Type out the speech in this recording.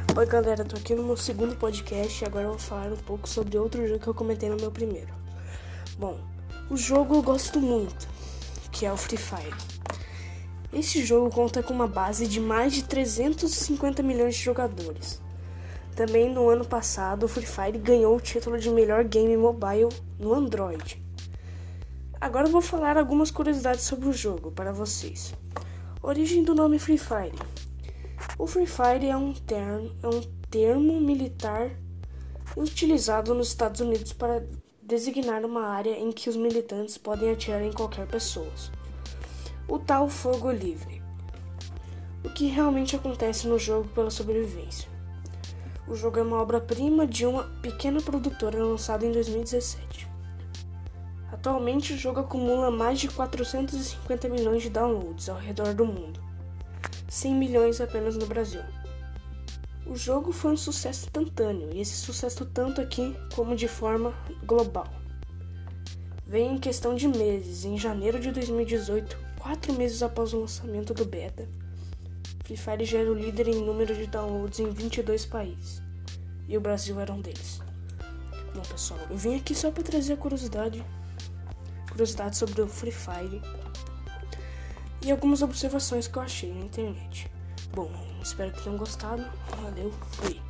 Oi galera, tô aqui no meu segundo podcast e agora eu vou falar um pouco sobre outro jogo que eu comentei no meu primeiro. Bom, o jogo eu gosto muito, que é o Free Fire. Esse jogo conta com uma base de mais de 350 milhões de jogadores. Também no ano passado, o Free Fire ganhou o título de melhor game mobile no Android. Agora eu vou falar algumas curiosidades sobre o jogo para vocês. Origem do nome Free Fire. O Free Fire é um termo militar utilizado nos Estados Unidos para designar uma área em que os militantes podem atirar em qualquer pessoa. O tal fogo livre. O que realmente acontece no jogo pela sobrevivência. O jogo é uma obra-prima de uma pequena produtora lançada em 2017. Atualmente o jogo acumula mais de 450 milhões de downloads ao redor do mundo. 100 milhões apenas no Brasil. O jogo foi um sucesso instantâneo, e esse sucesso tanto aqui como de forma global. Veio em questão de meses, em janeiro de 2018, 4 meses após o lançamento do beta, Free Fire já era o líder em número de downloads em 22 países, e o Brasil era um deles. Bom pessoal, eu vim aqui só para trazer a curiosidade sobre o Free Fire, e algumas observações que eu achei na internet. Bom, espero que tenham gostado. Valeu, fui.